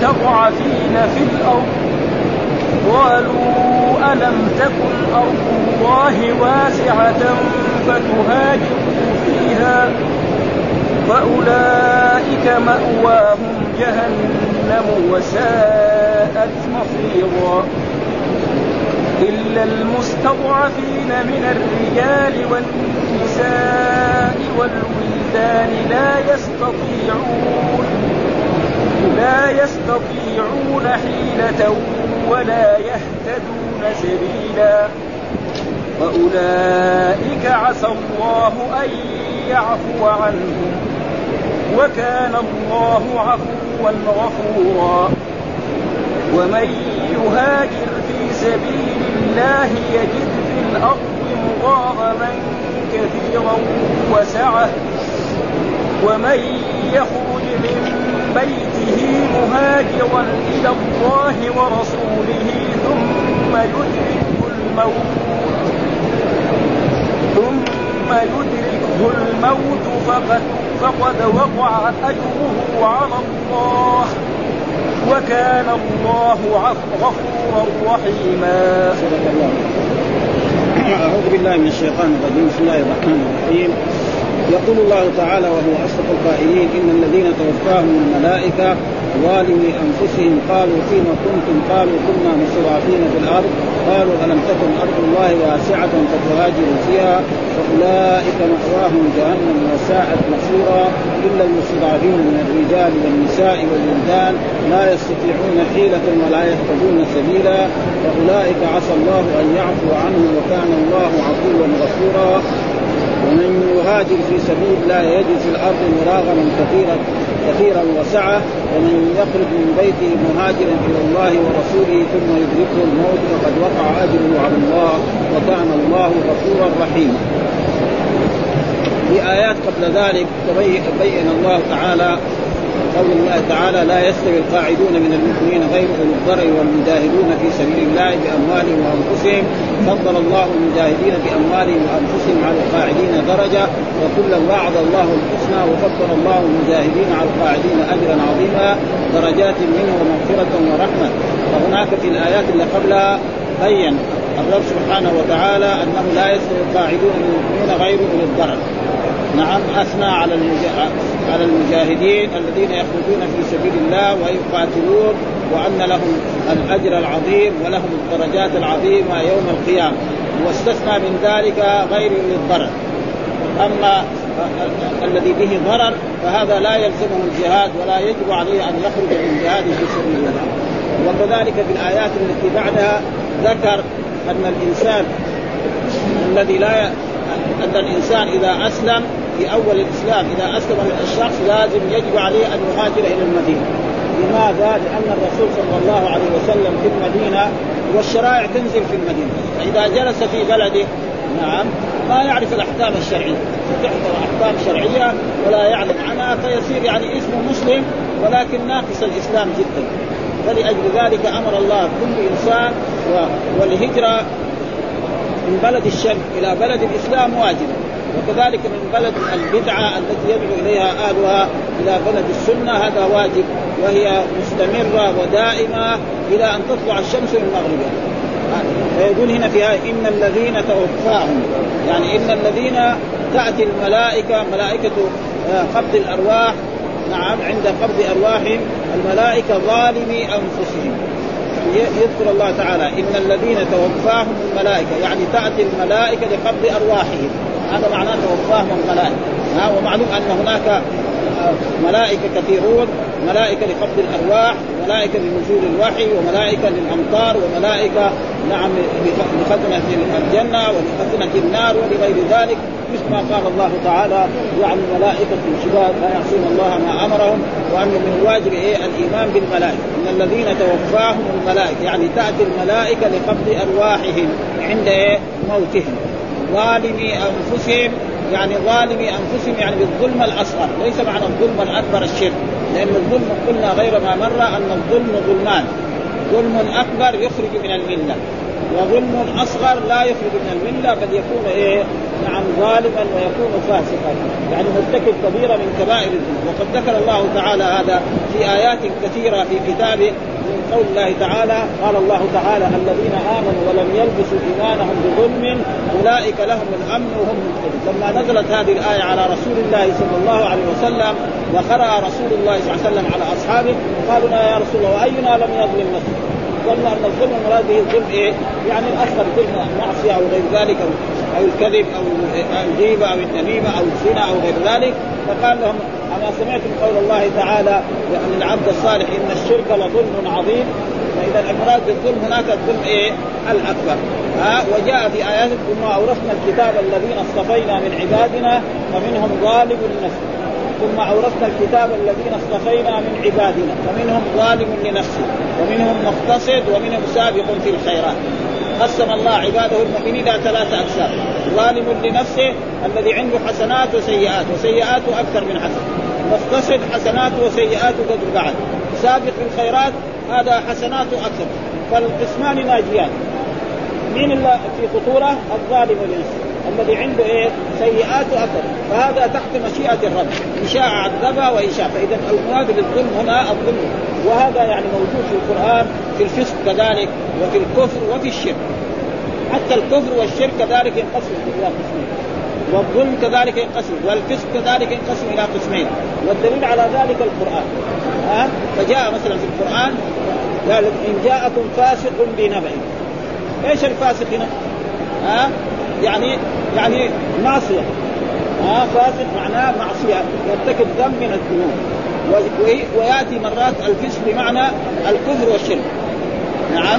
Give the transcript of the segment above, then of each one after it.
المستضعفين في الأرض قالوا ألم تكن أرض الله واسعة فتهاجروا فيها فأولئك مأواهم جهنم وساءت مصيرا إلا المستضعفين من الرجال والنساء والولدان لا يستطيعون حيلة ولا يهتدون سبيلا فأولئك عسى الله أن يعفو عنهم وكان الله عفوا غفورا ومن يهاجر في سبيل الله يجد في الأرض مضاغما كثيرا وسعة ومن يخرج من بيته مهاجرا إلى الله ورسوله ثم يدركه الموت فقد وقع أجره على الله وكان الله غفورا رحيما. أعوذ بالله من الشيطان الرجيم. بسم الله الرحمن الرحيم. يقول الله تعالى وهو أصدق القائلين إن الذين توفاهم الملائكة ظالمي أنفسهم قالوا فيما كنتم قالوا كنا مستضعفين في الأرض قالوا ألم تكن أرض الله واسعة فتهاجروا فيها فأولئك مأواهم جهنم وساءت مصيرا إلا المستضعفين من الرجال والنساء والولدان لا يستطيعون حيلة ولا يهتدون سبيلا فأولئك عسى الله أن يعفو عنهم وكان الله عفوا غفورا ومن يهاجر في سبيل الله يجد في الأرض مراغما كثيرا وسعة ومن يخرج من بيته مهاجرا إلى الله ورسوله ثم يدركه الموت فقد وقع أجره على الله وكان الله غفورا رحيما. في آيات قبل ذلك بين الله تعالى قول الله تعالى لا يستوي القاعدون من المؤمنين غير أولي الضرر والمجاهدون في سبيل الله بأموالهم وأنفسهم فضل الله المجاهدين بأموالهم وأنفسهم على القاعدين درجة وكلا وعد الله الحسنى وفضل الله المجاهدين على القاعدين أجرا عظيما درجات منه ومغفرة ورحمة. وهناك في الآيات اللي قبلها بين الرب سبحانه وتعالى أنه لا يستوي القاعدون من المؤمنين غير أولي الضرر. نعم أثنى على المجاهدين الذين يخرجون في سبيل الله ويقاتلون وأن لهم الأجر العظيم ولهم الدرجات العظيمة يوم القيامة واستثنى من ذلك غير الضرر. أما الذي به ضرر فهذا لا يلزمه الجهاد ولا يجب عليه أن يخرج من جهاده في سبيل الله. وكذلك في الآيات التي بعدها ذكر أن الإنسان إذا أسلم في أول الإسلام إذا أسلم الشخص لازم يجب عليه أن يهاجر إلى المدينة. لماذا؟ لأن الرسول صلى الله عليه وسلم في المدينة والشرائع تنزل في المدينة فإذا جلس في بلده نعم ما يعرف الأحكام الشرعية تحضر أحكام شرعية ولا يعلم عنها فيصير يعني اسمه مسلم ولكن ناقص الإسلام جدا. فلأجل ذلك أمر الله كل إنسان والهجرة من بلد الشرك إلى بلد الإسلام واجب وكذلك من بلد البدعة التي يدعو إليها أهلها إلى بلد السنة هذا واجب وهي مستمرة ودائمة إلى أن تطلع الشمس من مغربها. فيقول هنا فيها إن الذين توفاهم يعني إن الذين تأتي الملائكة ملائكة قبض الأرواح نعم عند قبض أرواحهم الملائكة ظالمي أنفسهم. يذكر الله تعالى إن الذين توفاهم الملائكة يعني تأتي الملائكة لقبض أرواحهم هذا معناه توفاهم الملائكة. ومعلوم أن هناك ملائكة كثيرون ملائكة لقبض الأرواح وملائكة لنزول الوحي وملائكة للأمطار وملائكة نعم لخزنة الجنة ولخزنة النار ولغير ذلك مثل ما قال الله تعالى يعني ملائكة شداد لا يعصون الله ما أمرهم وأن من الواجب الإيمان بالملائكة. إن الذين توفاهم الملائكة يعني تأتي الملائكة لقبض أرواحهم عند موتهم ظالمي أنفسهم يعني ظالمي أنفسهم يعني بالظلم الأصغر ليس معنى الظلم الأكبر الشرك لأن الظلم قلنا غير ما مر أن الظلم ظلمان ظلم أكبر يخرج من الملة وظلم أصغر لا يخرج من الملة بل يكون نعم ظالما ويكون فاسقا، يعني مرتكب كبيرة من كبائر الذنوب. وقد ذكر الله تعالى هذا في آيات كثيرة في كتابه، من قول الله تعالى قال الله تعالى الذين آمنوا ولم يلبسوا إيمانهم بظلم أولئك لهم الأمن وهم مهتدون. لما نزلت هذه الآية على رسول الله صلى الله عليه وسلم وقرأ رسول الله صلى الله عليه وسلم على أصحابه قالوا يا رسول الله وأينا لم يظلم نفسه؟ قلنا أن الظلم مراد به الظلم إيه؟ يعني الأصغر ظلم المعصية أو غير ذلك أو الكذب أو الغيبة أو النميمة أو الزنا أو غير ذلك. فقال لهم أما سمعتم قول الله تعالى عن العبد الصالح إن الشرك لظلم عظيم؟ فإذا المراد بالظلم هناك الظلم إيه؟ الأكبر. وجاء في آيات ثم أورثنا الكتاب الذين اصطفينا من عبادنا فمنهم ظالم لنفسه ثم أورثنا الكتاب الذين اصطفينا من عبادنا فمنهم ظالم لنفسه ومنهم مقتصد ومنهم سابق في الخيرات. قسم الله عباده المؤمنين إلى 3 أقسام: ظالم لنفسه الذي عنده حسنات وسيئات وسيئاته أكثر من حسن، مقتصد حسناته وسيئاته قدر بعد، سابق في الخيرات هذا حسناته أكثر. فالقسمان ناجيان. مين اللي في خطورة؟ الظالم لنفسه الذي عنده إيه؟ سيئاته أكثر، فهذا تحت مشيئة الرب، إن شاء عذبه وإن شاء. فإذا المراد بالظلم هنا الظلم، وهذا يعني موجود في القرآن في الفسق كذلك وفي الكفر وفي الشرك. حتى الكفر والشرك كذلك ينقسم إلى قسمين، والظلم كذلك ينقسم، والفسق كذلك ينقسم إلى قسمين، والدليل على ذلك القرآن. فجاء مثلا في القرآن قال إن جاءكم فاسق بنبأ. إيش الفاسق هنا؟ يعني معصية. فاسق معناه معصية، يرتكب ذنب من الذنوب. ويأتي مرات الفسق بمعنى الكفر والشرك. نعم.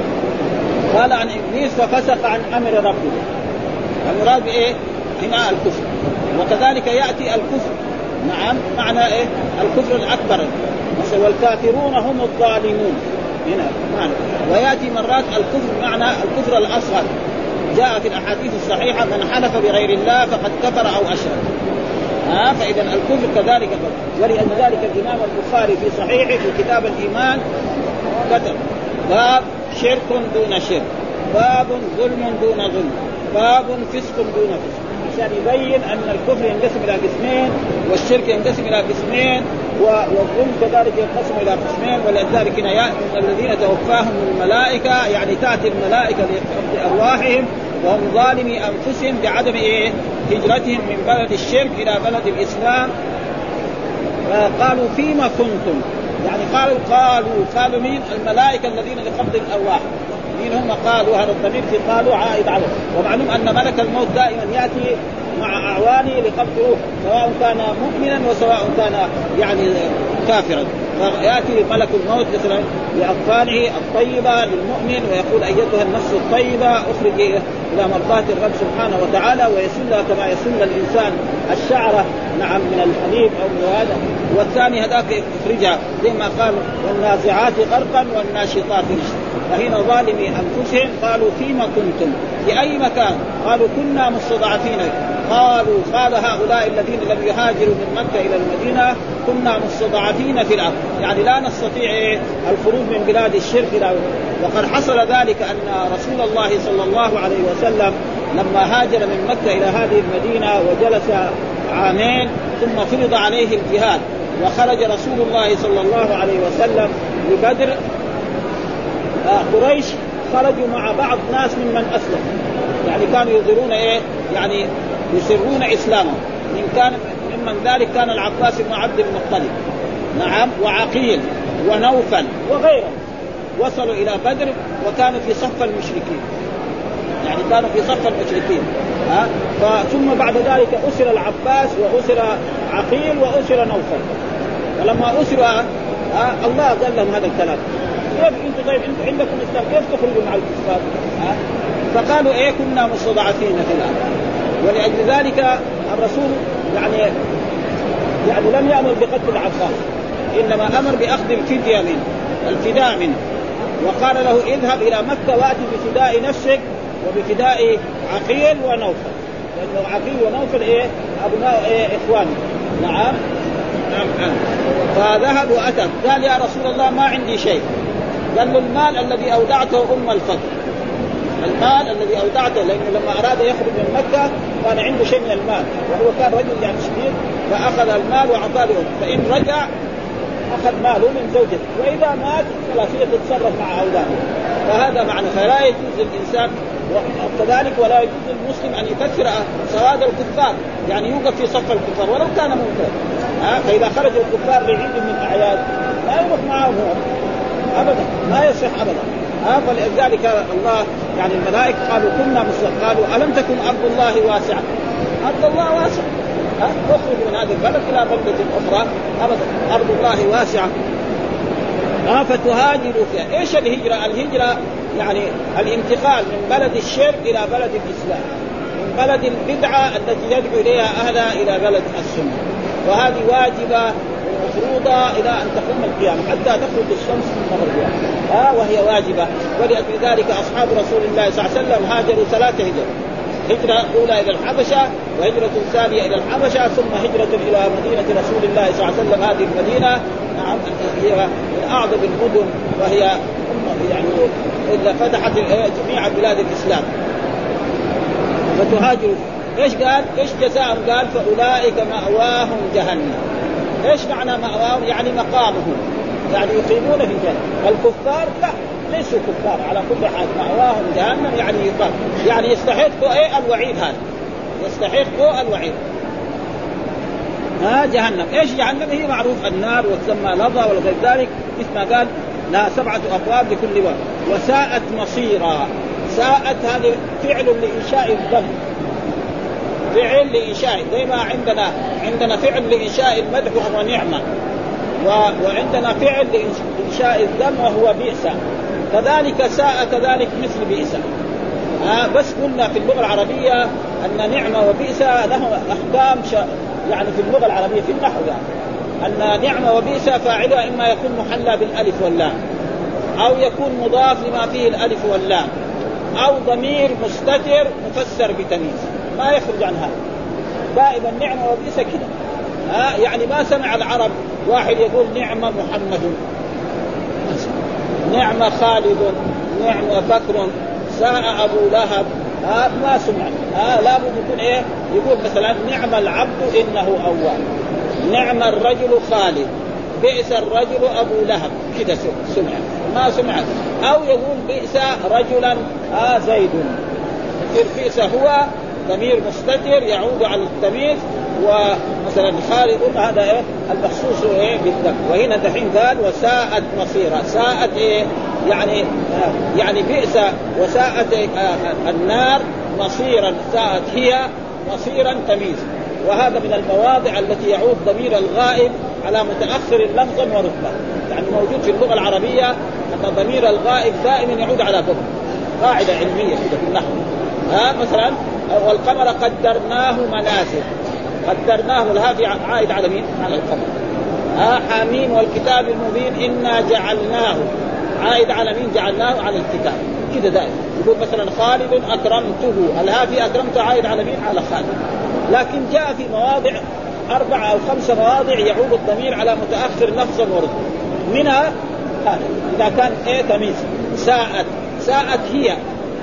قال عن إبليس ففسق عن أمر ربه، المراد بإيه؟ هنا الكفر. وكذلك يأتي الكفر نعم معنى إيه؟ الكفر الأكبر، مثلا والكافرون هم الظالمون هنا معنى. ويأتي مرات الكفر معنى الكفر الأصغر، جاء في الأحاديث الصحيحة من حلف بغير الله فقد كفر أو أشرك. فإذا الكفر كذلك. ولذلك الإمام البخاري في صحيحه في كتاب الإيمان كتب باب شرك دون شرك، باب ظلم دون ظلم، باب فسق دون فسق، عشان يبين أن الكفر ينقسم إلى قسمين والشرك ينقسم إلى قسمين والظلم كذلك ينقسم إلى قسمين. ولذلك الذين توفاهم الملائكة يعني تأتي الملائكة لقبض أرواحهم وهم ظالمي أنفسهم بعدم هجرتهم من بلد الشرك إلى بلد الإسلام. قالوا فيما كنتم، يعني قالوا مين؟ الملائكة الذين لقبض الأرواح. مين هم؟ قالوا هذا الضمير في قالوا عائد عليه. ومعلوم أن ملك الموت دائما يأتي مع أعوانه لقبض روح، سواء كان مؤمنا وسواء كان يعني كافرا. فيأتي ملك الموت مثلا لأطفاله الطيبة للمؤمن ويقول أيتها النفس الطيبة اخرجي إلى مرضاة الرب سبحانه وتعالى، ويسلها كما يسل الإنسان الشعرة نعم من الحليب أو من هذا. والثاني هذاك يخرجها زي ما قال والنازعات غرقا والناشطات نشطا. فهنا ظالمي أنفسهم قالوا فيما كنتم، في أي مكان؟ قالوا كنا مستضعفين. قال هؤلاء الذين لم يهاجروا من مكة إلى المدينة كنا مستضعفين في الأرض، يعني لا نستطيع الخروج من بلاد الشرك. وقد حصل ذلك أن رسول الله صلى الله عليه وسلم لما هاجر من مكة إلى هذه المدينة وجلس عامين ثم فرض عليه الجهاد، وخرج رسول الله صلى الله عليه وسلم لبدر. قريش خرجوا مع بعض ناس ممن أسلم، يعني كانوا يظهرون يعني يسرون إسلامهم. ممن ذلك كان العباس بن عبد المطلب نعم وعقيل ونوفل وغيرهم، وصلوا إلى بدر وكانوا في صف المشركين، يعني كانوا في صف المشركين. ثم بعد ذلك أسر العباس وأسر عقيل وأسر نوفل. فلما أسر الله قال لهم هذا الكلام: كيف انتم طيب انتم عندكم اسلام كيف تخرجوا مع الكفار؟ فقالوا كنا مستضعفين في الارض. ولأجل ذلك الرسول يعني لم يأمر بقتل العباس، انما امر باخذ الفداء منه، وقال له اذهب الى مكة واتي بفداء نفسك وبفداء عقيل ونوفل، لانه عقيل ونوفل ابناء اخواني. نعم. فذهب واتى قال يا رسول الله ما عندي شيء. قال له المال الذي أودعته الفضل، المال الذي أودعته، لأنه لما أراد يخرج من مكة كان عنده شيء من المال وهو كان رجل يعني شديد فأخذ المال وأعطاه له، فإن رجع أخذ ماله من زوجته، وإذا مات خلاص يتصرف مع أولاده. فهذا معنى فلا يجوز للإنسان وكذلك ولا يجوز للمسلم أن يكثر سواد الكفار، يعني يوقف في صف الكفار ولو كان منكرا. فإذا خرج الكفار لعيد من الأعياد لا يروح معهم أبدا، ما يصح أبدا. فلذلك الله يعني الملائكة قالوا كنا مسلمين، قالوا ألم تكن أرض الله واسعة؟ أرض الله واسعة، تخرج من هذا البلد إلى بلدة أخرى أبدا، أرض الله واسعة. فتهاجروا فيها. إيش الهجرة؟ الهجرة يعني الانتقال من بلد الشرك إلى بلد الإسلام، من بلد البدعة التي يدعو إليها أهلها إلى بلد السنة، وهذه واجبة مفروضة إلى أن تقوم القيامة حتى تخرج الشمس من مغربها، وهي واجبة. ولذلك أصحاب رسول الله صلى الله عليه وسلم هاجروا 3 هجر: هجرة أولى إلى الحبشة، وهجرة ثانية إلى الحبشة، ثم هجرة إلى مدينة رسول الله صلى الله عليه وسلم. هذه المدينة نعم هي من أعظم المدن، وهي يعني إذا فتحت جميع بلاد الإسلام. فتهاجروا. إيش قال؟ إيش جزاءهم؟ قال فأولئك مأواهم جهنم. إيش معنى مأواهم؟ يعني مقامهم، يعني يقيمون في الجنة. الكفار لا، ليسوا كفار على كل حال، مأواهم جهنم يعني يقام، يعني يستحقوا إيه الوعيد، هذا يستحقوا الوعيد. جهنم. إيش جهنم؟ هي معروف النار، وتسمى لظى وغير ذلك، مثل ما قال لها 7 أبواب لكل باب. وساءت مصيرا. ساءت هذه فعل لإنشاء الذنب، فعل لإنشاء، زي ما عندنا فعل لإنشاء المدح وهو نعمة، وعندنا فعل لإنشاء الذم وهو بئس، كذلك ساء كذلك مثل بئس. بس قلنا في اللغة العربية أن نعمة وبئس له أحكام يعني في اللغة العربية في النحو، يعني أن نعمة وبئس فاعلها إما يكون محلى بالألف واللام، أو يكون مضاف لما فيه الألف واللام، أو ضمير مستتر مفسر بتمييز، ما يخرج عن هذا. دائما نعمة وبئس كده. يعني ما سمع العرب واحد يقول نعمة محمد، نعمة خالد، نعمة بكر، ساء أبو لهب، ما سمع. لا بد يكون إيه؟ يقول مثلا نعم العبد إنه أواب، نعم الرجل خالد، بئس الرجل أبو لهب، كده سمع، ما سمع. أو يقول بئس رجلا زيد، بئس هو ضمير مستتر يعود على التمييز، ومثلا خالد هذا إيه المخصوص إيه بالذم. وهنا دحين قال وساءت مصيرا. ساءت إيه؟ يعني بئس وساءت النار مصيرا، ساءت هي مصيرا تمييز. وهذا من المواضع التي يعود ضمير الغائب على متأخر لفظا ورتبة، يعني موجود في اللغة العربية أن ضمير الغائب دائما يعود على ضمير، قاعدة علمية كده في النحو. مثلا والقمر قدرناه منازل، قدرناه الهافي عائد على مين؟ على القمر. حامين والكتاب المبين إنا جعلناه عائد على مين؟ جعلناه على الكتاب. كده دائما يقول مثلا خالد أكرمته، الهافي أكرمته عائد على مين؟ على خالد. لكن جاء في مواضع 4 أو 5 مواضع يعود الضمير على متأخر لفظا ورتبة، منها هذا إذا كان إيه تمييز. ساءت هي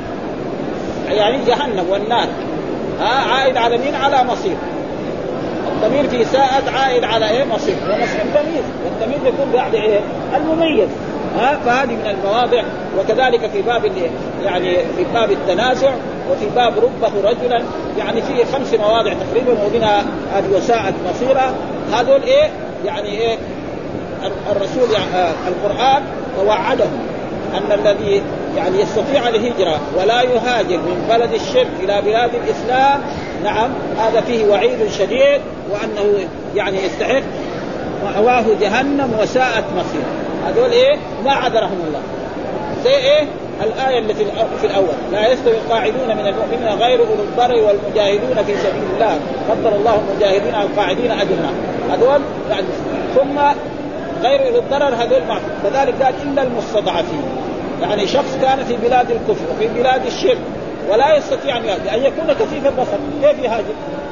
يعني جهنم والنار، عائد على مين؟ على مصير. الضمير في ساءت عائد على ايه؟ مصير، ومصير تمييز، والتمييز يكون بعد ايه؟ المميز. فهذه من المواضع. وكذلك في باب يعني في باب التنازع، وفي باب ربه رجلا، يعني في 5 مواضع تقريبا، ومنها هذه وساءت مصيرها. هذول ايه؟ يعني ايه؟ الرسول القرآن توعدهم أن الذي يعني يستطيع الهجرة ولا يهاجر من بلد الشرك إلى بلاد الإسلام، نعم هذا فيه وعيد شديد، وأنه يعني يستحق مأواه جهنم وساءت مصير. هذول إيه؟ ما عذرهم الله. زي إيه؟ الآية التي في الأول لا يستوي القاعدون من المؤمنين غير أولي الضرر والمجاهدون في سبيل الله فضل الله المجاهدين على القاعدين أجرا. هذول يعني ثم غير أولي الضرر هذول معهم. كذلك قال إلا المستضعفين، يعني شخص كان في بلاد الكفر وفي بلاد الشرك ولا يستطيع أن يكون كفيف البصر، كيف يهاجر؟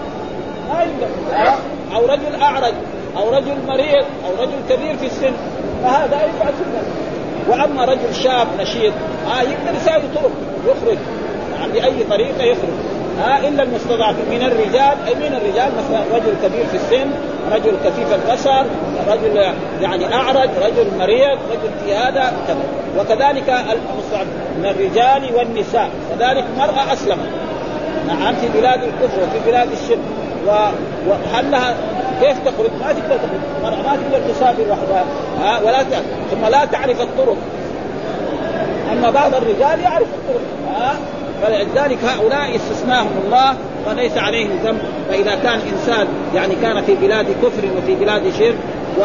أو رجل أعرج أو رجل مريض أو رجل كبير في السن، فهذا يفعل سنة. وأما رجل شاب نشيط يقدر يساوي طرق يخرج، يعني بأي طريقة يخرج. إلا المستضعفين من الرجال. أي من الرجال مثلا رجل كبير في السن، رجل كفيف البصر، رجل يعني أعرج، رجل مريض، رجل في هذا كذا. وكذلك المستضعفين من الرجال والنساء، كذلك مرأة أسلمت نعم في بلاد الكفر وفي بلاد الشرك وهل لها كيف تخرج؟ ما تقدر تخرج، ما تقدر تسافر وحدها ولا ثم لا تعرف الطرق. أما بعض الرجال يعرف الطرق فلذلك هؤلاء استثناهم الله وليس عليهم ذنب. فإذا كان إنسان يعني كان في بلاد كفر وفي بلاد شرك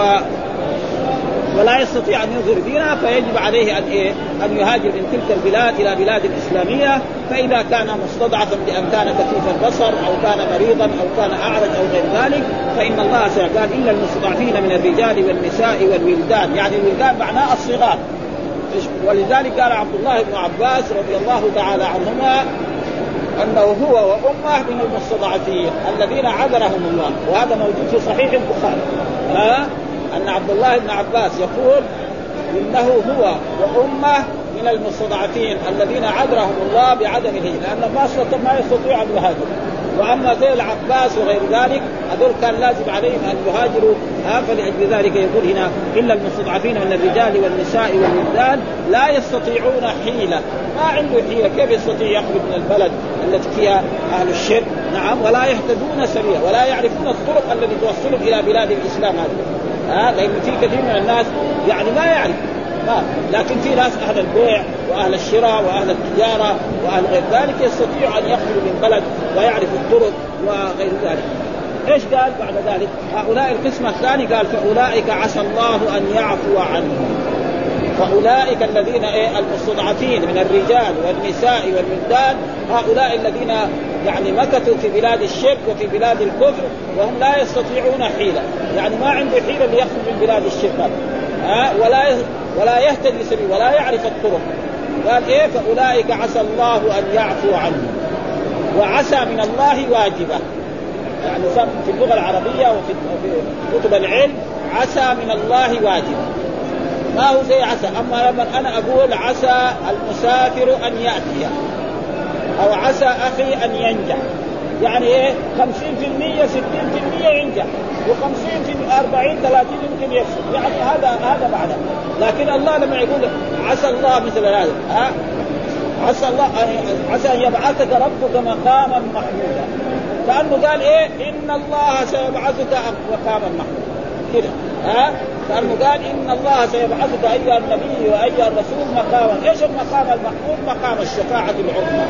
ولا يستطيع أن يظهر دينه فيجب عليه أن يهاجر من تلك البلاد إلى بلاد الإسلامية. فإذا كان مستضعفا بأن كان كفيف البصر أو كان مريضا أو كان أعرج أو غير ذلك فإن الله قال إلا المستضعفين من الرجال والنساء والولدان، يعني الولدان معناه الصغار. ولذلك قال عبد الله بن عباس رضي الله تعالى عنهما أنه هو وأمه من المستضعفين الذين عذرهم الله، وهذا موجود في صحيح البخاري أن عبد الله بن عباس يقول إنه هو وأمه من المستضعفين الذين عذرهم الله بعدم الهجرة، لأن ما يستطيع أن يهاجروا. وأما زي العباس وغير ذلك هذول كان لازم عليهم أن يهاجروا فلأجل ذلك يقول هنا إلا المستضعفين من الرجال والنساء والولدان لا يستطيعون حيلة. ما عنده حيلة، كيف يستطيع يخرج من البلد التي فيها أهل الشرك نعم ولا يهتدون سبيلا ولا يعرفون الطرق التي توصلهم إلى بلاد الإسلام هذه لأن في كثير من الناس يعني ما يعرف لكن في ناس أهل البيع وأهل الشراء وأهل التجارة وأهل غير ذلك يستطيع أن يخرج من بلد ويعرف الطرق وغير ذلك. إيش قال بعد ذلك؟ هؤلاء القسم الثاني قال فأولئك عسى الله أن يعفو عنهم. فأولئك الذين المستضعفين من الرجال والنساء والولدان هؤلاء الذين يعني مكثوا في بلاد الشرك وفي بلاد الكفر وهم لا يستطيعون حيلة، يعني ما عنده حيلة ليخرج من بلاد الشرك ولا يهتدي سبيل ولا يعرف الطرق. قال فأولئك عسى الله أن يعفو عنهم. وعسى من الله واجبة، يعني في اللغة العربية وفي كتب العلم عسى من الله واجبة ما هو زي عسى. أما لما أنا أقول عسى المسافر أن يأتي أو عسى أخي أن ينجح يعني 50% 60% ينجح و50 40 30 يمكن يفسد، يعني هذا معنى. لكن الله لما يقول عسى الله مثل هذا عسى أن يبعثك ربك مقاما محمودا، كأنه قال إن الله سيبعثك مقاما محمودا كده كأنه قال إن الله سيبعثك أيها النبي وأيها الرسول مقاما. إيش المقام المحمود؟ مقام الشفاعة العظمى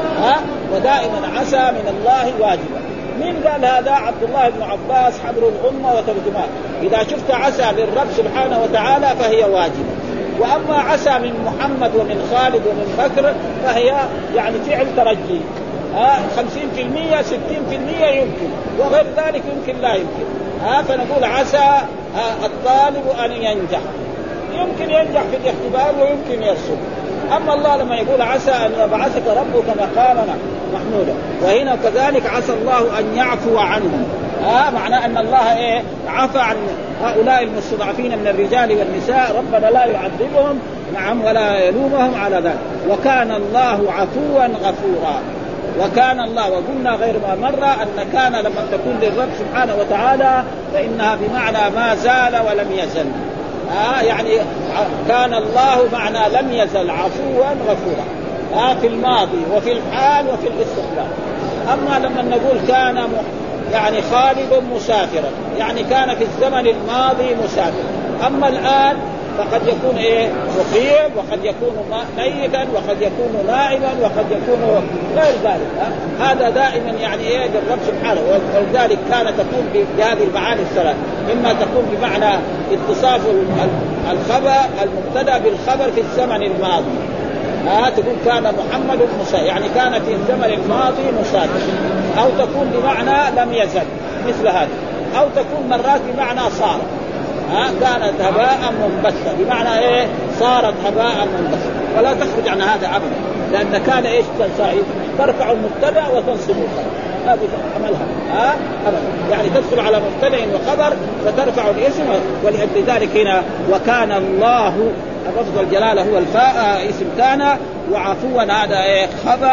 ودائما عسى من الله واجبا. مين قال هذا؟ عبد الله بن عباس حبر الأمة وترجمان. إذا شفت عسى للرب سبحانه وتعالى فهي واجبة. وأما عسى من محمد ومن خالد ومن بكر فهي يعني فعل ترجي 50% 60% يمكن وغير ذلك يمكن لا يمكن فنقول عسى الطالب أن ينجح، يمكن ينجح في الاختبار ويمكن يرسل. أما الله لما يقول عسى أن يبعثك ربك مقاما محمودا. وهنا كذلك عسى الله أن يعفو عنهم معناه أن الله عفى عن هؤلاء المستضعفين من الرجال والنساء، ربنا لا يعذبهم نعم ولا يلومهم على ذلك. وكان الله عفوا غفورا. وكان الله، وقلنا غير ما مرة أن كان لما تكون للرب سبحانه وتعالى فإنها بمعنى ما زال ولم يزل يعني كان الله معنى لم يزل عفوا غفورا في الماضي وفي الحال وفي الاستقبال. أما لما نقول كان يعني خالد مسافرا يعني كان في الزمن الماضي مسافرا. أما الآن فقد يكون مقيم وقد يكون ميتا وقد يكون نائما وقد يكون غير ذلك هذا دائما يعني للرب سبحانه. ولذلك كان تكون بهذه المعاني الثلاث، إما تكون بمعنى اتصاف الخبر المبتدأ بالخبر في الزمن الماضي تكون كان محمد مسافر يعني كان في الزمن الماضي مسافر، أو تكون بمعنى لم يزل مثل هذا، أو تكون مرات بمعنى صار كانت هباء منبثا بمعنى صارت هباء منبثا. ولا تخرج عن هذا أبدا، لأن كان تساعد ترفع المبتدأ وتنصب الخبر، هذه عملها أبدا يعني تدخل على مبتدأ وخبر فترفع الاسم. ولأجل ذلك هنا وكان الله لفظ الجلالة هو الفاء اسم كان، وعفوا هذا خبر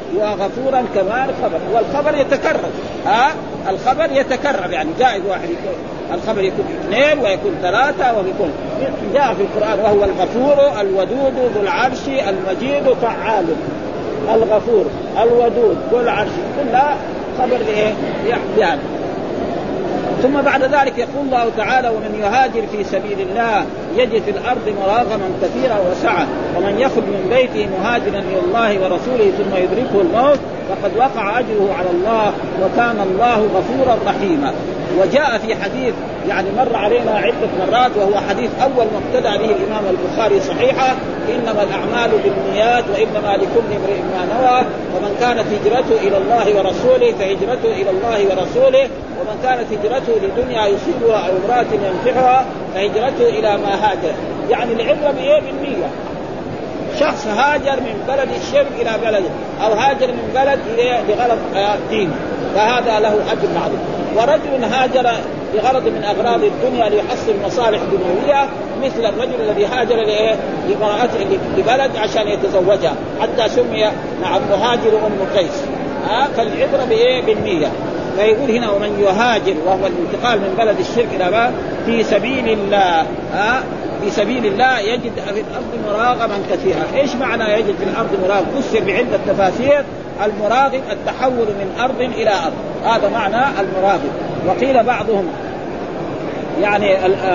وغفورا كمان خبر، والخبر يتكرر. الخبر يتكرر، يعني جائز واحد يكون الخبر يكون 2 ويكون 3 ويكون جاء في القرآن وهو الغفور الودود ذو العرش المجيد فعال. الغفور الودود ذو العرش كلها خبر لإيه يعني. ثم بعد ذلك يقول الله تعالى: ومن يهاجر في سبيل الله يجد في الأرض مراغما كثيرا وسعة، ومن يخرج من بيته مهاجرا إلى الله ورسوله ثم يدركه الموت فقد وقع أجره على الله وكان الله غفورا رحيما. وجاء في حديث يعني مر علينا عدة مرات، وهو حديث أول ما ابتدأ به الإمام البخاري صحيحة: إنما الأعمال بالنيات وإنما لكل امرئ ما نوى، ومن كانت هجرته إلى الله ورسوله فهجرته إلى الله ورسوله، ومن كانت هجرته لدنيا يصيبها أو امرأة ينفعها فهجرته إلى ما هاجر. يعني العبرة بإيه؟ بالنية. شخص هاجر من بلد الشرك إلى بلده، أو هاجر من بلد إلى لغرض دين، فهذا له أجر عظيم. ورجل هاجر بغرض من أغراض الدنيا ليحصل مصالح دنيوية، مثل الرجل الذي هاجر لامرأته لبلد عشان يتزوجها حتى سمي مهاجر أم قيس. فالعبرة بإيه؟ بالنية. فيقول هنا: ومن يهاجر، وهو الانتقال من بلد الشرك إلى بلد في سبيل الله. في سبيل الله يجد في الأرض مراغما كثيرا. إيش معنى يجد في الأرض مراغم؟ فسر بعدة تفاسير. المراغم التحول من أرض إلى أرض، هذا معنى المراغم. وقيل بعضهم يعني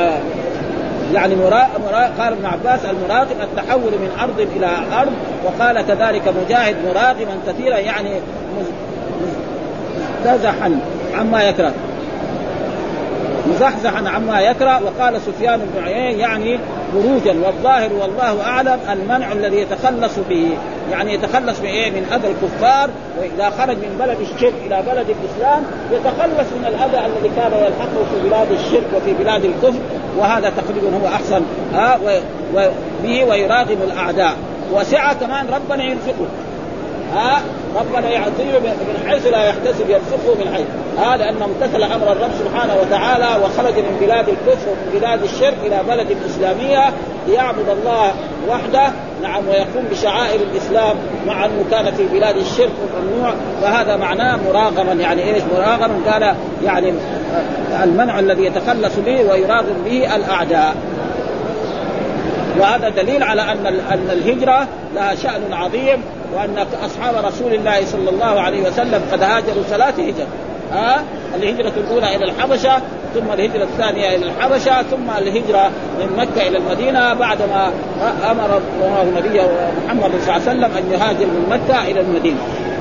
قال ابن عباس: المراغم التحول من أرض إلى أرض. وقال كذلك مجاهد: مراغما كثيرا يعني مزحزحا عما يكره، مزحزحا عما يكره. وقال سفيان بن عيينة يعني خروجا. والظاهر والله أعلم المنع الذي يتخلص به، يعني يتخلص من أذى الكفار، وإذا خرج من بلد الشرك إلى بلد الإسلام يتخلص من الأذى الذي كان يلحقه في بلاد الشرك وفي بلاد الكفر، وهذا تقريبا هو أحسن به ويراغم الأعداء. وسعة كمان ربنا يرزقه، ربنا يعطيه من حيث لا يحتسب، يرزقه من حيث لأنه امتثل أمر الرب سبحانه وتعالى وخرج من بلاد الكفر ومن بلاد الشرك إلى بلد الإسلامية ليعبد الله وحده ويقوم بشعائر الإسلام مع أنه كان في بلاد الشرك والممنوع. فهذا معناه مراغما. يعني إيش مراغما؟ قال يعني المنع الذي يتخلص به ويراغم به الأعداء. وهذا دليل على أن الهجرة لها شأن عظيم، وأن أصحاب رسول الله صلى الله عليه وسلم قد هاجروا 3 هجر. الهجرة الأولى إلى الحبشة، ثم الهجرة الثانية إلى الحبشة، ثم الهجرة من مكة إلى المدينة بعدما أمر الله نبيه محمد صلى الله عليه وسلم أن يهاجر من مكة إلى المدينة.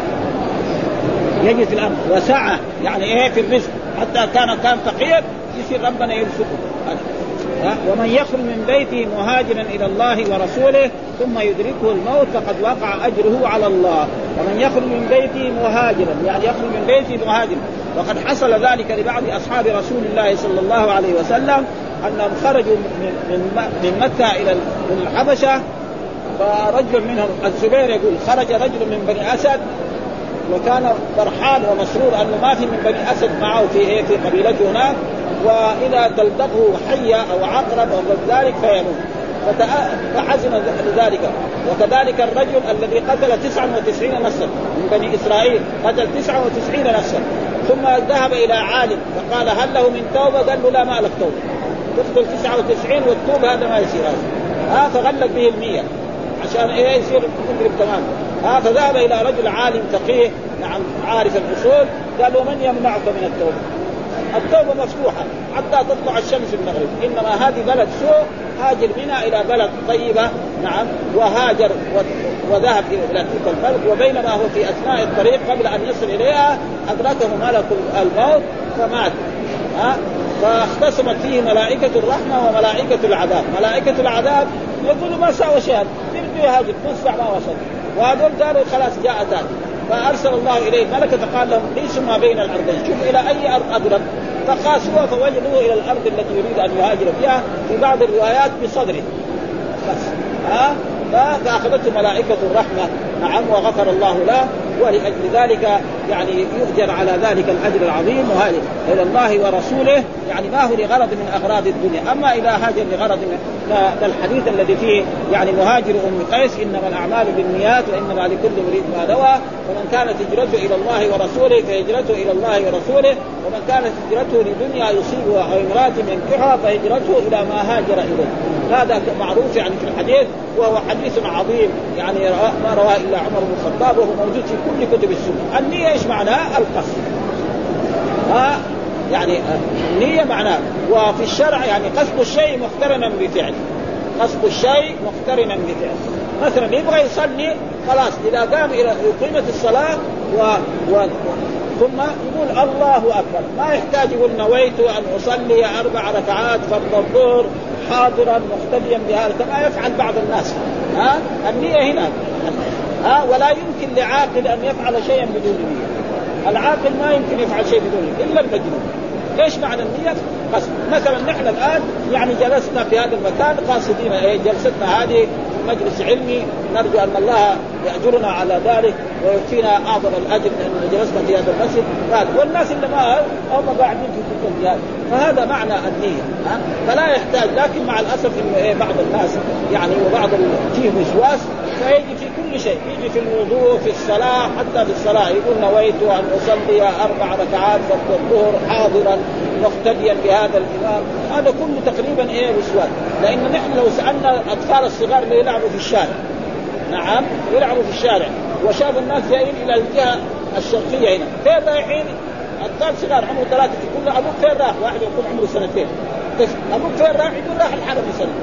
يجي في الأمر. وسعة يعني إيه؟ في الرزق، حتى كان فقير يصير ربنا يرزقه. ومن يخرج من بيته مهاجرا إلى الله ورسوله ثم يدركه الموت فقد وقع أجره على الله. ومن يخرج من بيته مهاجرا يعني يخرج من بيته مهاجرا. وقد حصل ذلك لبعض أصحاب رسول الله صلى الله عليه وسلم أنهم خرجوا من مكة إلى الحبشة، فرجل منهم الزبير يقول: خرج رجل من بني أسد وكان فرحان ومسرور أنه ما في من بني أسد معه في قبيلته هناك، وإذا تلدغه حية أو عقرب أو ذلك فيموت، فحزن لذلك. وكذلك الرجل الذي قتل 99 نفسا من بني إسرائيل، قتل 99 نفسا، ثم ذهب إلى عالم فقال: هل له من توبة؟ قال له: لا، ما لك توبة، تقتل 99 والتوب هذا ما يصير هذا. فغلق به 100 عشان يصير مدرك تماما. فذهب إلى رجل عالم فقيه عارف الأصول، قال: ومن يمنعك من التوبة؟ التوبة مفتوحة حتى تطلع الشمس في المغرب، إنما هذه بلد سوء، هاجر منها إلى بلد طيبة. وهاجر وذهب إلى تلك البلد، وبينما هو في أثناء الطريق قبل أن يصل إليها أدركه ملك الموت فمات. فاختصمت فيه ملائكة الرحمة وملائكة العذاب. ملائكة العذاب يقولوا: ما سوى شيئا، يرجو يهاجر نص ما وصل، وهذول قالوا: خلاص جاء ذلك. فأرسل الله إليه ملكة فقال لهم: ليسوا ما بين الأرضين، شوفوا إلى أي أرض أقرب، فقاسوها فوجدوه إلى الأرض التي يريد أن يهاجر فيها، في بعض الروايات بصدره بس. فأخذته ملائكة الرحمة وغفر الله له. ولأجل ذلك يعني يؤجر على ذلك الأجر العظيم. وهذا إلى الله ورسوله يعني ما هو لغرض من أغراض الدنيا. أما إذا هاجر لغرض الحديث الذي فيه يعني مهاجر أم قيس إنما الأعمال بالنيات وإنما لكل امرئ ما نوى، ومن كانت هجرته إلى الله ورسوله فهجرته إلى الله ورسوله، ومن كانت هجرته لدنيا يصيبها أو امرأة ينكحها فهجرته إلى ما هاجر إليه. هذا معروف يعني في الحديث، وهو حديث عظيم يعني ما رواه إلا عمر بن الخطاب، وهو موجود في كل كتب السنة. النية إيش معناها؟ القصد. يعني النية معناه، وفي الشرع يعني قصد الشيء مقترنا بفعل، قصد الشيء مقترنا بفعل. مثلا يبغى يصلي خلاص إذا قام إلى قيمة الصلاة ثم يقول الله أكبر، ما يحتاج يقول نويت أن أصلي 4 ركعات فرض الظهر حاضرا مقتديا بهذا كما يفعل بعض الناس. النية هنا ولا يمكن لعاقل أن يفعل شيئا بدون نية. العاقل ما يمكن يفعل شيء بدون نية إلا المجنون. ايش معنى النية؟ قصد. مثلا نحن الآن يعني جلسنا في هذا المكان قاصدين جلستنا هذه مجلس علمي، نرجو أن الله يأجرنا على ذلك ويكفينا أعظم الأجر لأننا جلسنا في هذا المسجد، والناس اللي ما هم قاعدين في تلك الجهات، فهذا معنى النية. فلا يحتاج، لكن مع الأسف إنه بعض الناس يعني وبعض فيه وسواس فيجي في كل شيء، يجي في الوضوء في الصلاة، حتى في الصلاة يقول نويت أن أصلي 4 ركعات فرض الظهر حاضرا مقتديا بهذا الإمام. هذا كله تقريبا وسواس. لأن نحن لو سألنا الأطفال الصغار اللي يلعبوا في الشارع، نعم يلعبوا في الشارع، وشاف الناس جايين إلى الجهة الشرقية هنا، فين رايحين؟ أطفال صغار عمره 3 يقول له أبوك فين راح؟ واحد يكون عمره 2 سنين، أبوك فين راح؟ يقول راح الحرم بسنة،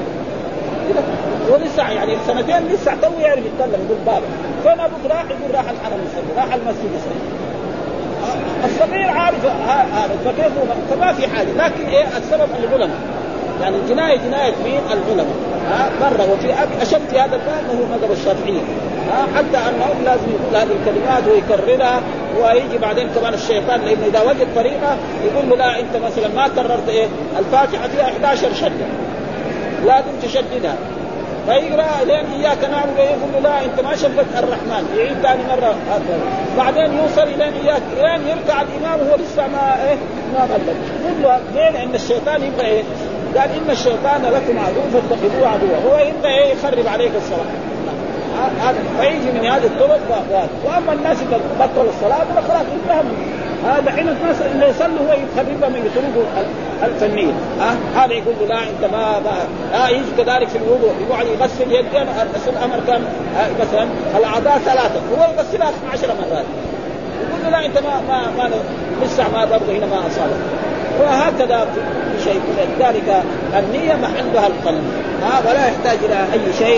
ولسه يعني 2 سنين لسه تو يعرف يتكلم، يقول بابا فين أبوك راح؟ يقول راح الحرم بسنة، راح المسجد بسنة. الصغير عارف هذا فكيف؟ فما في حاجة. لكن السبب العلماء، يعني الجناية جناية مين؟ العلماء. مرة وفي أشد في هذا الباب هو مذهب الشافعية، حتى أنهم لازم يقول هذه الكلمات ويكررها، ويجي بعدين كمان الشيطان لأنه إذا وجد طريقة يقول له لا أنت مثلا ما كررت الفاتحة فيها 11 شدة لازم تشددها، فيقرأ لين إياك نعبد يقول له لا أنت ما شددت الرحمن، يعيد ثاني مرة بعدين يوصل لين إياك لين يركع الإمام وهو لسه ما غلب. يقول له ليه؟ لأن الشيطان يبغى قال إن الشيطان لكم عدو فاتخذوه عدوا، هو يبغى يخرب عليك الصلاة. فيجي من هذه الطرق. وأما الناس اللي بطلوا الصلاة خلاص انتهوا. هذا حين الناس اللي يصلوا هو يخربها من طرق الفنية. هذا يقول له لا أنت ما يجي كذلك في الوضوء يقعد يغسل يدين. الأمر كان مثلا الأعضاء 3 هو يغسلها 12 مرات، يقول له لا أنت ما لسه ما برضه هنا ما أصابه. وهكذا في شيء. ذلك النية محلها القلب ولا يحتاج إلى أي شيء.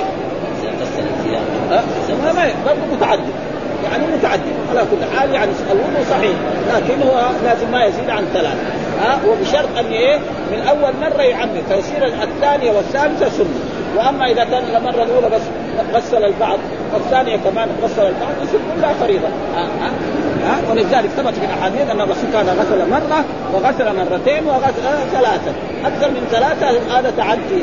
ما متعدد يعني متعدد على كل حال. يعني الوضوء صحيح لكن هو لازم ما يزيد عن 3 وبشرط أن من أول مرة يعمل فيصير الثانية والثالثة سنة. وأما إذا كان المرة الأولى بس غسل البعض والثانية كمان غسل البعض يصير كلها فريضة. ولذلك ثبت في الأحاديث أن الرسول كان غسل مرة وغسل مرتين وغسل 3 أكثر من 3 هذا تعدي.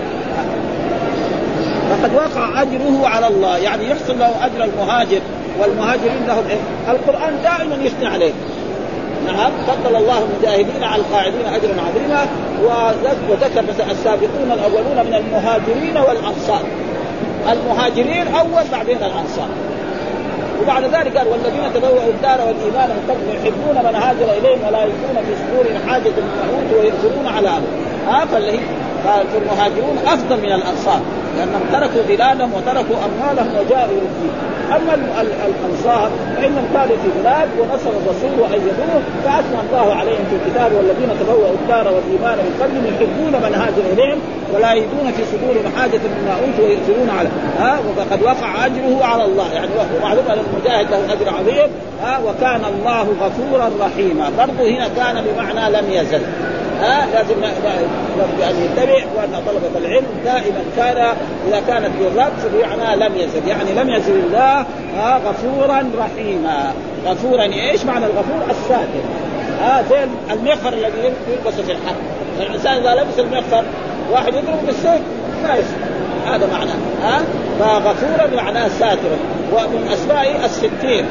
فقد وقع أجره على الله، يعني يحصل له أجر المهاجر، والمهاجرين لهم القرآن دائما يثني عليه. نعم فضل الله المجاهدين على القاعدين أجرا عظيما. وذكر مثلا السابقون الأولون من المهاجرين والأنصار. المهاجرين أول بعدين الأنصار. وبعد ذلك قال والذين تبوأوا الدار والإيمان من قبل يحبون من هاجر إليهم ولا يجدون في صدورهم حاجة مما أوتوا ويؤثرون على أنفسهم. فالمهاجرون أفضل من الأنصار لأنهم تركوا بلادهم وتركوا أموالهم وجاءوا للدين. أما الأنصار فإنهم كانوا في بلاد ونصروا الرسول وأيدوه فأثنى الله عليهم في الكتاب والذين تبوأوا الدار والإيمان من قبلهم يحبون من هاجر إليهم ولا يجدون في صدورهم حاجة مما أوتوا ويؤثرون على وقد وقع أجره على الله. يعني ومعلوم أن المجاهد له أجر عظيم. وكان الله غفورا رحيما. برضو هنا كان بمعنى لم يزل. لازم أن يتبع وأن طلبة العلم دائما كان إذا كانت بالرب فبمعنى لم يزل، يعني لم يزل الله غفورا رحيما. غفورا إيش معنى الغفور؟ الساتر. زي المغفر الذي يلبس في الحرب. الإنسان إذا لبس المغفر واحد يضرب بالسيف ما يسمع، هذا معناه. فغفورا معناه ساترا. ومن أسماء الستير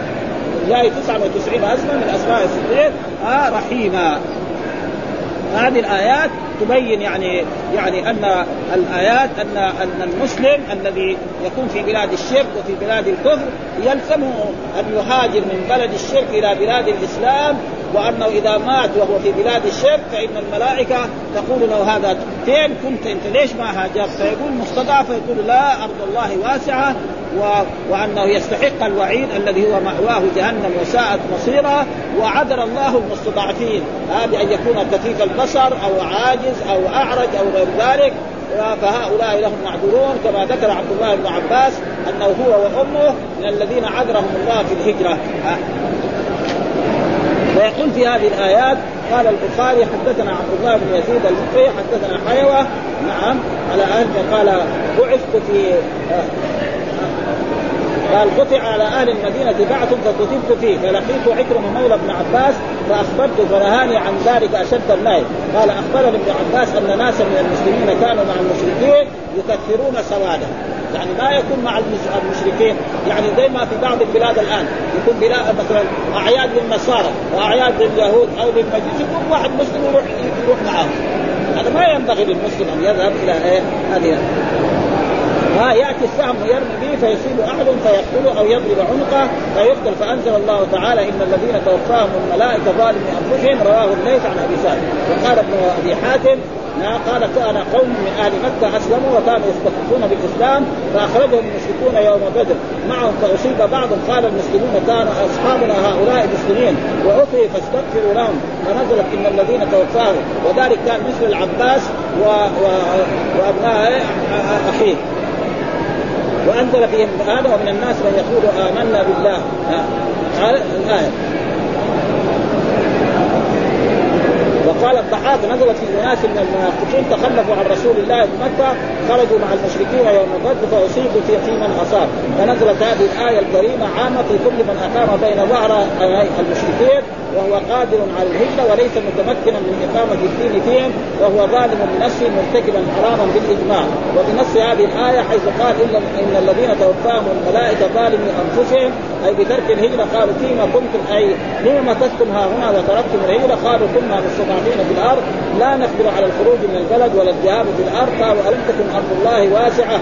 جاي 99 اسما من اسماء الصديق رحيما. هذه الآيات تبين يعني أن الآيات أن المسلم الذي يكون في بلاد الشرك وفي بلاد الكفر يلزمه أن يهاجر من بلد الشرك إلى بلاد الإسلام، وأنه إذا مات وهو في بلاد الشرك فإن الملائكة تقول له هذا فين كنت أنت ليش ما هاجرت؟ فيقول مستضعف، فيقول لا أرض الله واسعة وأنه يستحق الوعيد الذي هو مأواه جهنم وساءت مصيره، وعذر الله المستضعفين بأن يكون كثيف البصر أو عاجز أو أعرج أو غير ذلك، فهؤلاء لهم معذورون، كما ذكر عبد الله بن عباس أنه هو وأمه من الذين عذرهم الله في الهجرة. ويقول في هذه الآيات قال البخاري حدثنا عبد الله بن يزيد المقري حدثنا حيوة نعم على أهل، قال بعثت في قال قطع على أهل المدينة بعث فكتبت فيه، فلقيت عكرمة مولى ابن عباس فأخبرته فرهاني عن ذلك أشد النهي. قال أخبرني ابن عباس أن ناسا من المسلمين كانوا مع المشركين يكثرون سوادا، يعني ما يكون مع المشركين يعني زي ما في بعض البلاد الآن يكون بلاد مثلا أعياد للنصارى وأعياد لليهود أو للمجوس، يكون واحد مسلم يروح معهم. هذا ما ينبغي للمسلم أن يذهب إلى هذه. يأتي السهم ويرمي به فيصيب أحد فيقتله أو يضرب عنقه فيقتل. فأنزل الله تعالى إن الذين توفاهم الملائكة ظالمي أنفسهم، رواه الليث عن أبي سعيد. وقال ابن أبي حاتم قال كان قوم من أهل مكة أسلموا وكانوا يستخفون بالإسلام فأخرجهم المشركون يوم بدر معهم فأصيب بعضهم. قال المسلمون كان أصحابنا هؤلاء مسلمين وعفوا فاستغفروا لهم، فنزلت إن الذين توفاهم، وذلك كان مثل العباس وأبناء أخيه. وأنزل فيهم هذا ومن الناس من يقول آمنا بالله. الآية. وقال الضحاك نزلت في أناس من المنافقين تخلفوا عن رسول الله في مكة خرجوا مع المشركين يوم بدر فأصيبوا في من أصاب. فنزلت هذه الآية الكريمة عامة في كل من أقام بين ظهر المشركين وهو قادر على الهجرة وليس متمكنا من إقامة الدين فيهم وهو ظالم بنفسه مرتكبا حراما بالإجماع. وبنص هذه الآية حيث قال إن الذين توفاهم الملائكة ظالمي أنفسهم أي بترك الهجرة قالوا فيما كنتم أي لما مكثتم ها هنا وتركتم الهجرة؟ قالوا كنا مستضعفين في الأرض لا نقدر على الخروج من البلد ولا الذهاب في الأرض. قالوا ألم تكن أرض الله واسعة؟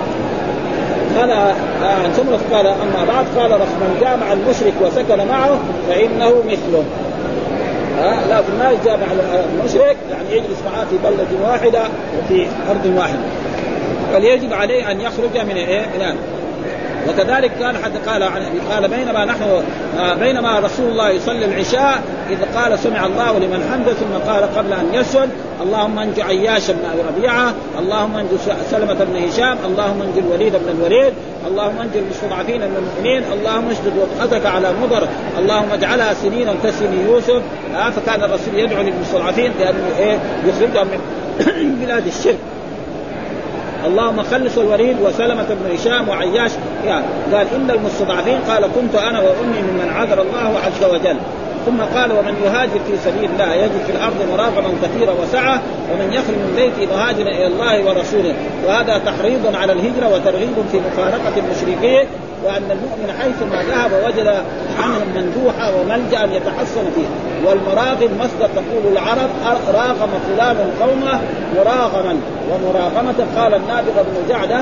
ثم قال أما بعد قال من جامع المشرك وسكن معه فإنه مثله. لكن ما يجامع المشرك يعني يجلس معه في بلدة واحدة وفي أرض واحدة، فليجب عليه أن يخرج من الآن. وكذلك كان حد قال بينما رسول الله يصلي العشاء إذ قال سمع الله لمن حمده ثم قال قبل أن يسجد اللهم انج عياش بن أبي ربيعة، اللهم انج سلمة بن هشام، اللهم انج الوليد بن الوليد، اللهم انج المستضعفين من المؤمنين، اللهم اشدد وطأتك على مضر، اللهم اجعلها سنين كسن يوسف. فكان الرسول يدعو للمستضعفين بأنه يخرجهم من بلاد الشرك. اللهم خلص الوليد وسلمة بن هشام وعياش. قال إن المستضعفين قال كنت أنا وأمي ممن عذر الله عز وجل. ثم قال ومن يهاجر في سبيل الله يجد في الأرض مراغما كثيرا وسعة ومن يخرج من بيته مهاجرا إلى الله ورسوله. وهذا تحريض على الهجرة وترغيب في مفارقة المشركين، وأن المؤمن حيثما ذهب وجد عنهم مندوحا وملجأ يتحصن فيه. والمراغم مصدر تقول العرب راغم فلان قومه مراغما ومراغمة. قال النابغة بن جعدة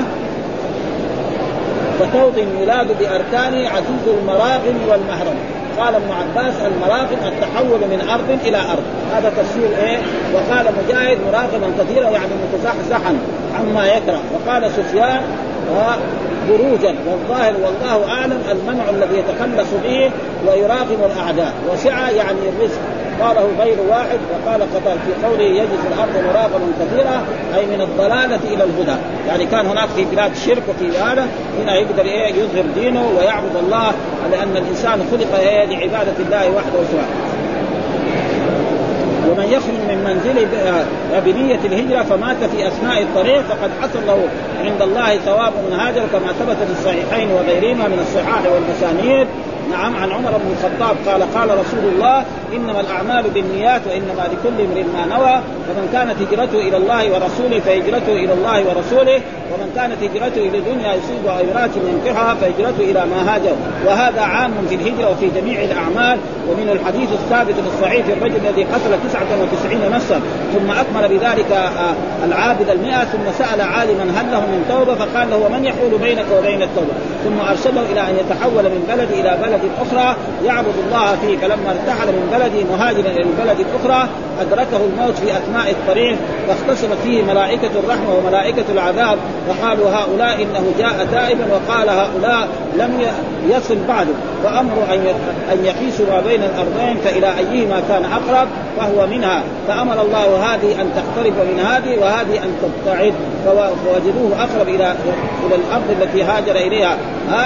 فموطن يلاد بأركانه عزيز المراغم والمهرم. قال ابن عباس المراغم التحول من أرض إلى أرض، هذا تفسير وقال مجاهد مراغما كثيرا يعني متزحزحا عما يكره. وقال سفيان بروجا، والظاهر والله أعلم المنع الذي يتخلص به ويراغم الأعداء، وسعة يعني الرزق. قاله غير واحد. وقال قتال في قوله يجد الأرض مراغما كثيرا أي من الضلالة إلى الهدى، يعني كان هناك في بلاد الشرك وفي هذا هنا يقدر يظهر دينه ويعبد الله، لأن الإنسان خلق لعبادة الله وحده سبحانه. ومن يخرج من منزله بنية الهجرة فمات في أثناء الطريق فقد حصل له عند الله ثواب من هاجر، كما ثبت في الصحيحين وغيرهما من الصحاح والمسانيد. نعم عن عمر بن الخطاب قال رسول الله إنما الأعمال بالنيات وإنما لكل امرئ ما نوى، فمن كانت هجرته إلى الله ورسوله فهجرته إلى الله ورسوله، ومن كانت هجرته إلى دنيا يصيبها أو امرأة ينكحها فهجرته إلى ما هاجر. وهذا عام في الهجرة وفي جميع الأعمال. ومن الحديث الثابت في الصحيح في الرجل الذي قتل 99 نفسا ثم أكمل بذلك العابد 100 ثم سأل عالما هل له من توبة فقال له من يحول بينك وبين التوبة، ثم أرشده إلى أن يتحول من بلد إلى بلد أخرى يعبد الله فيه، فلما ارتحل من بلده مهاجرا إلى البلد الأخرى أدركه الموت في أثناء الطريق فاختصمت فيه ملائكة الرحمة وملائكة العذاب فقالوا هؤلاء إنه جاء تائبا، وقال هؤلاء لم يصل بعده، فأمروا أن يقيسوا ما بين الأرضين فإلى أيهما كان أقرب فهو منها، فأمر الله هذه أن تقترب من هذه وهذه أن تبتعد، فوجدوه أقرب إلى الأرض التي هاجر إليها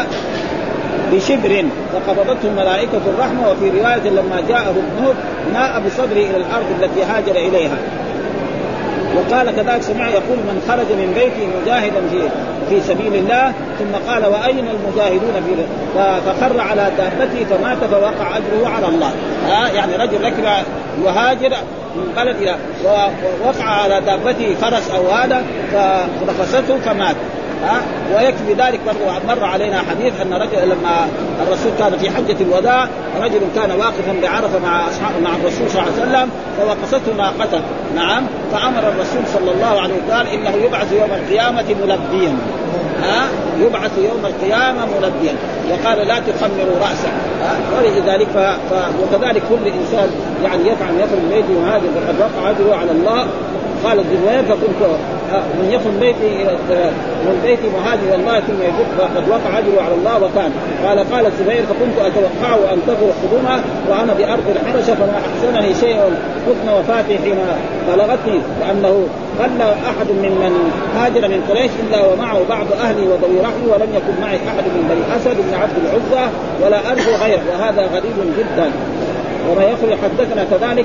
بشبر فقبضته ملائكة الرحمة. وفي رواية لما جاءه الموت ناء بصدره إلى الأرض التي هاجر إليها. وقال كذلك سمع يقول من خرج من بيته مجاهدا في سبيل الله، ثم قال وأين المجاهدون فخر على دابته فمات فوقع أجره على الله. يعني رجل ركب وهاجر من بلد إلى ووقع على دابته فرس أو هذا فنفسته فمات. ويكفي ذلك مر علينا حديث أن رجل لما الرسول كان في حجة الوداع رجل كان واقفا بعرفة مع الرسول صلى الله عليه وسلم فوقصته ناقته، نعم، فأمر الرسول صلى الله عليه وسلم قال إنه يبعث يوم القيامة ملبيا، يبعث يوم القيامة ملبيا، وقال لا تخمروا رأسه. ولذلك وكذلك كل إنسان يعني يفعل من بيته وهذا فقد وقع أجره على الله. قال الزبير فكنت من يفن بيتي من بيتي مهاجر الله ثم يجب فقد وقع أجره على الله وكان. قال الزبير فكنت أتوقع أن تغرق قدومه وأنا بأرض الحبشة فما أحسنني شيء حكم وفاتي حين بلغتني، لأنه قل أحد ممن هاجر من قريش إلا ومعه بعض أهلي وذوي رحمي ولم يكن معي أحد من بني أسد بن عبد العزى ولا أرجو غيره، وهذا غريب جدا. وما يخرج حدثنا كذلك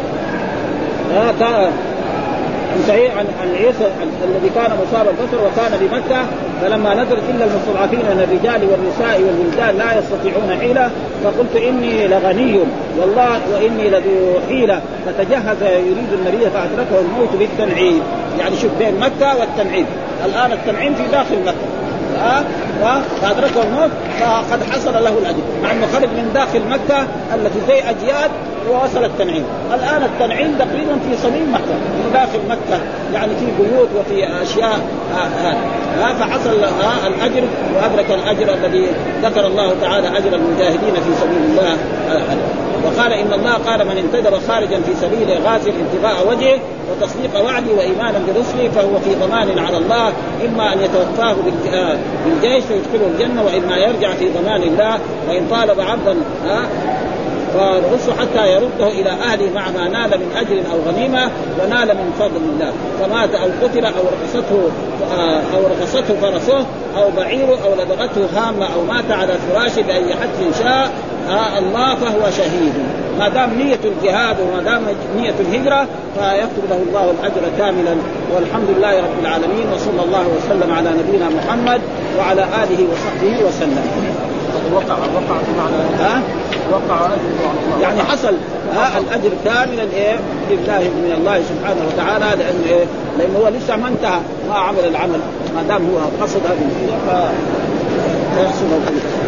صحيح عن عيسى الذي كان مصاب البصر وكان بمكة فلما نزل إلا المستضعفين من الرجال والنساء والولدان لا يستطيعون حيلة فقلت إني لغني والله وإني لذو حيلة فتجهز يريد النبي فأدركه الموت بالتنعيم. يعني شوف بين مكة والتنعيم، الآن التنعيم في داخل مكة فأدركه الموت فقد حصل له الأجر، مع أنه خرج من داخل مكة التي زي أجياد ووصل التنعيم. الآن التنعيم تقريبا في صميم مكة في داخل مكة، يعني في بيوت وفي أشياء فحصل الأجر وأدرك الأجر الذي ذكر الله تعالى أجر المجاهدين في سبيل الله. وقال إن الله قال من انتدب خارجا في سبيل غازل ابتغاء وجهه وتصديق وعدي وإيمانا برسله فهو في ضمان على الله، إما أن يتوفاه بالجيش فيدخله الجنة وإما يرجع في ضمان الله، وإن طالب عبدا فرسه حتى يرده إلى أهله مع ما نال من أجر أو غنيمة ونال من فضل الله، فمات أو قتل أو رقصته فرسه أو بعيره أو لدغته هامة أو مات على فراشه بأي حد شاء الله فهو شهيد. ما دام نية الجهاد وما دام نية الهجرة فيكتب له الله الأجر كاملا. والحمد لله رب العالمين، وصلى الله وسلم على نبينا محمد وعلى آله وصحبه وسلم. وقع بمعنى وقع أجره على الله، يعني حصل الأجر كاملا لله من الله سبحانه وتعالى، لأنه هو لسه ما انتهى ما عمل العمل، ما دام هو قصد هذه فيحصل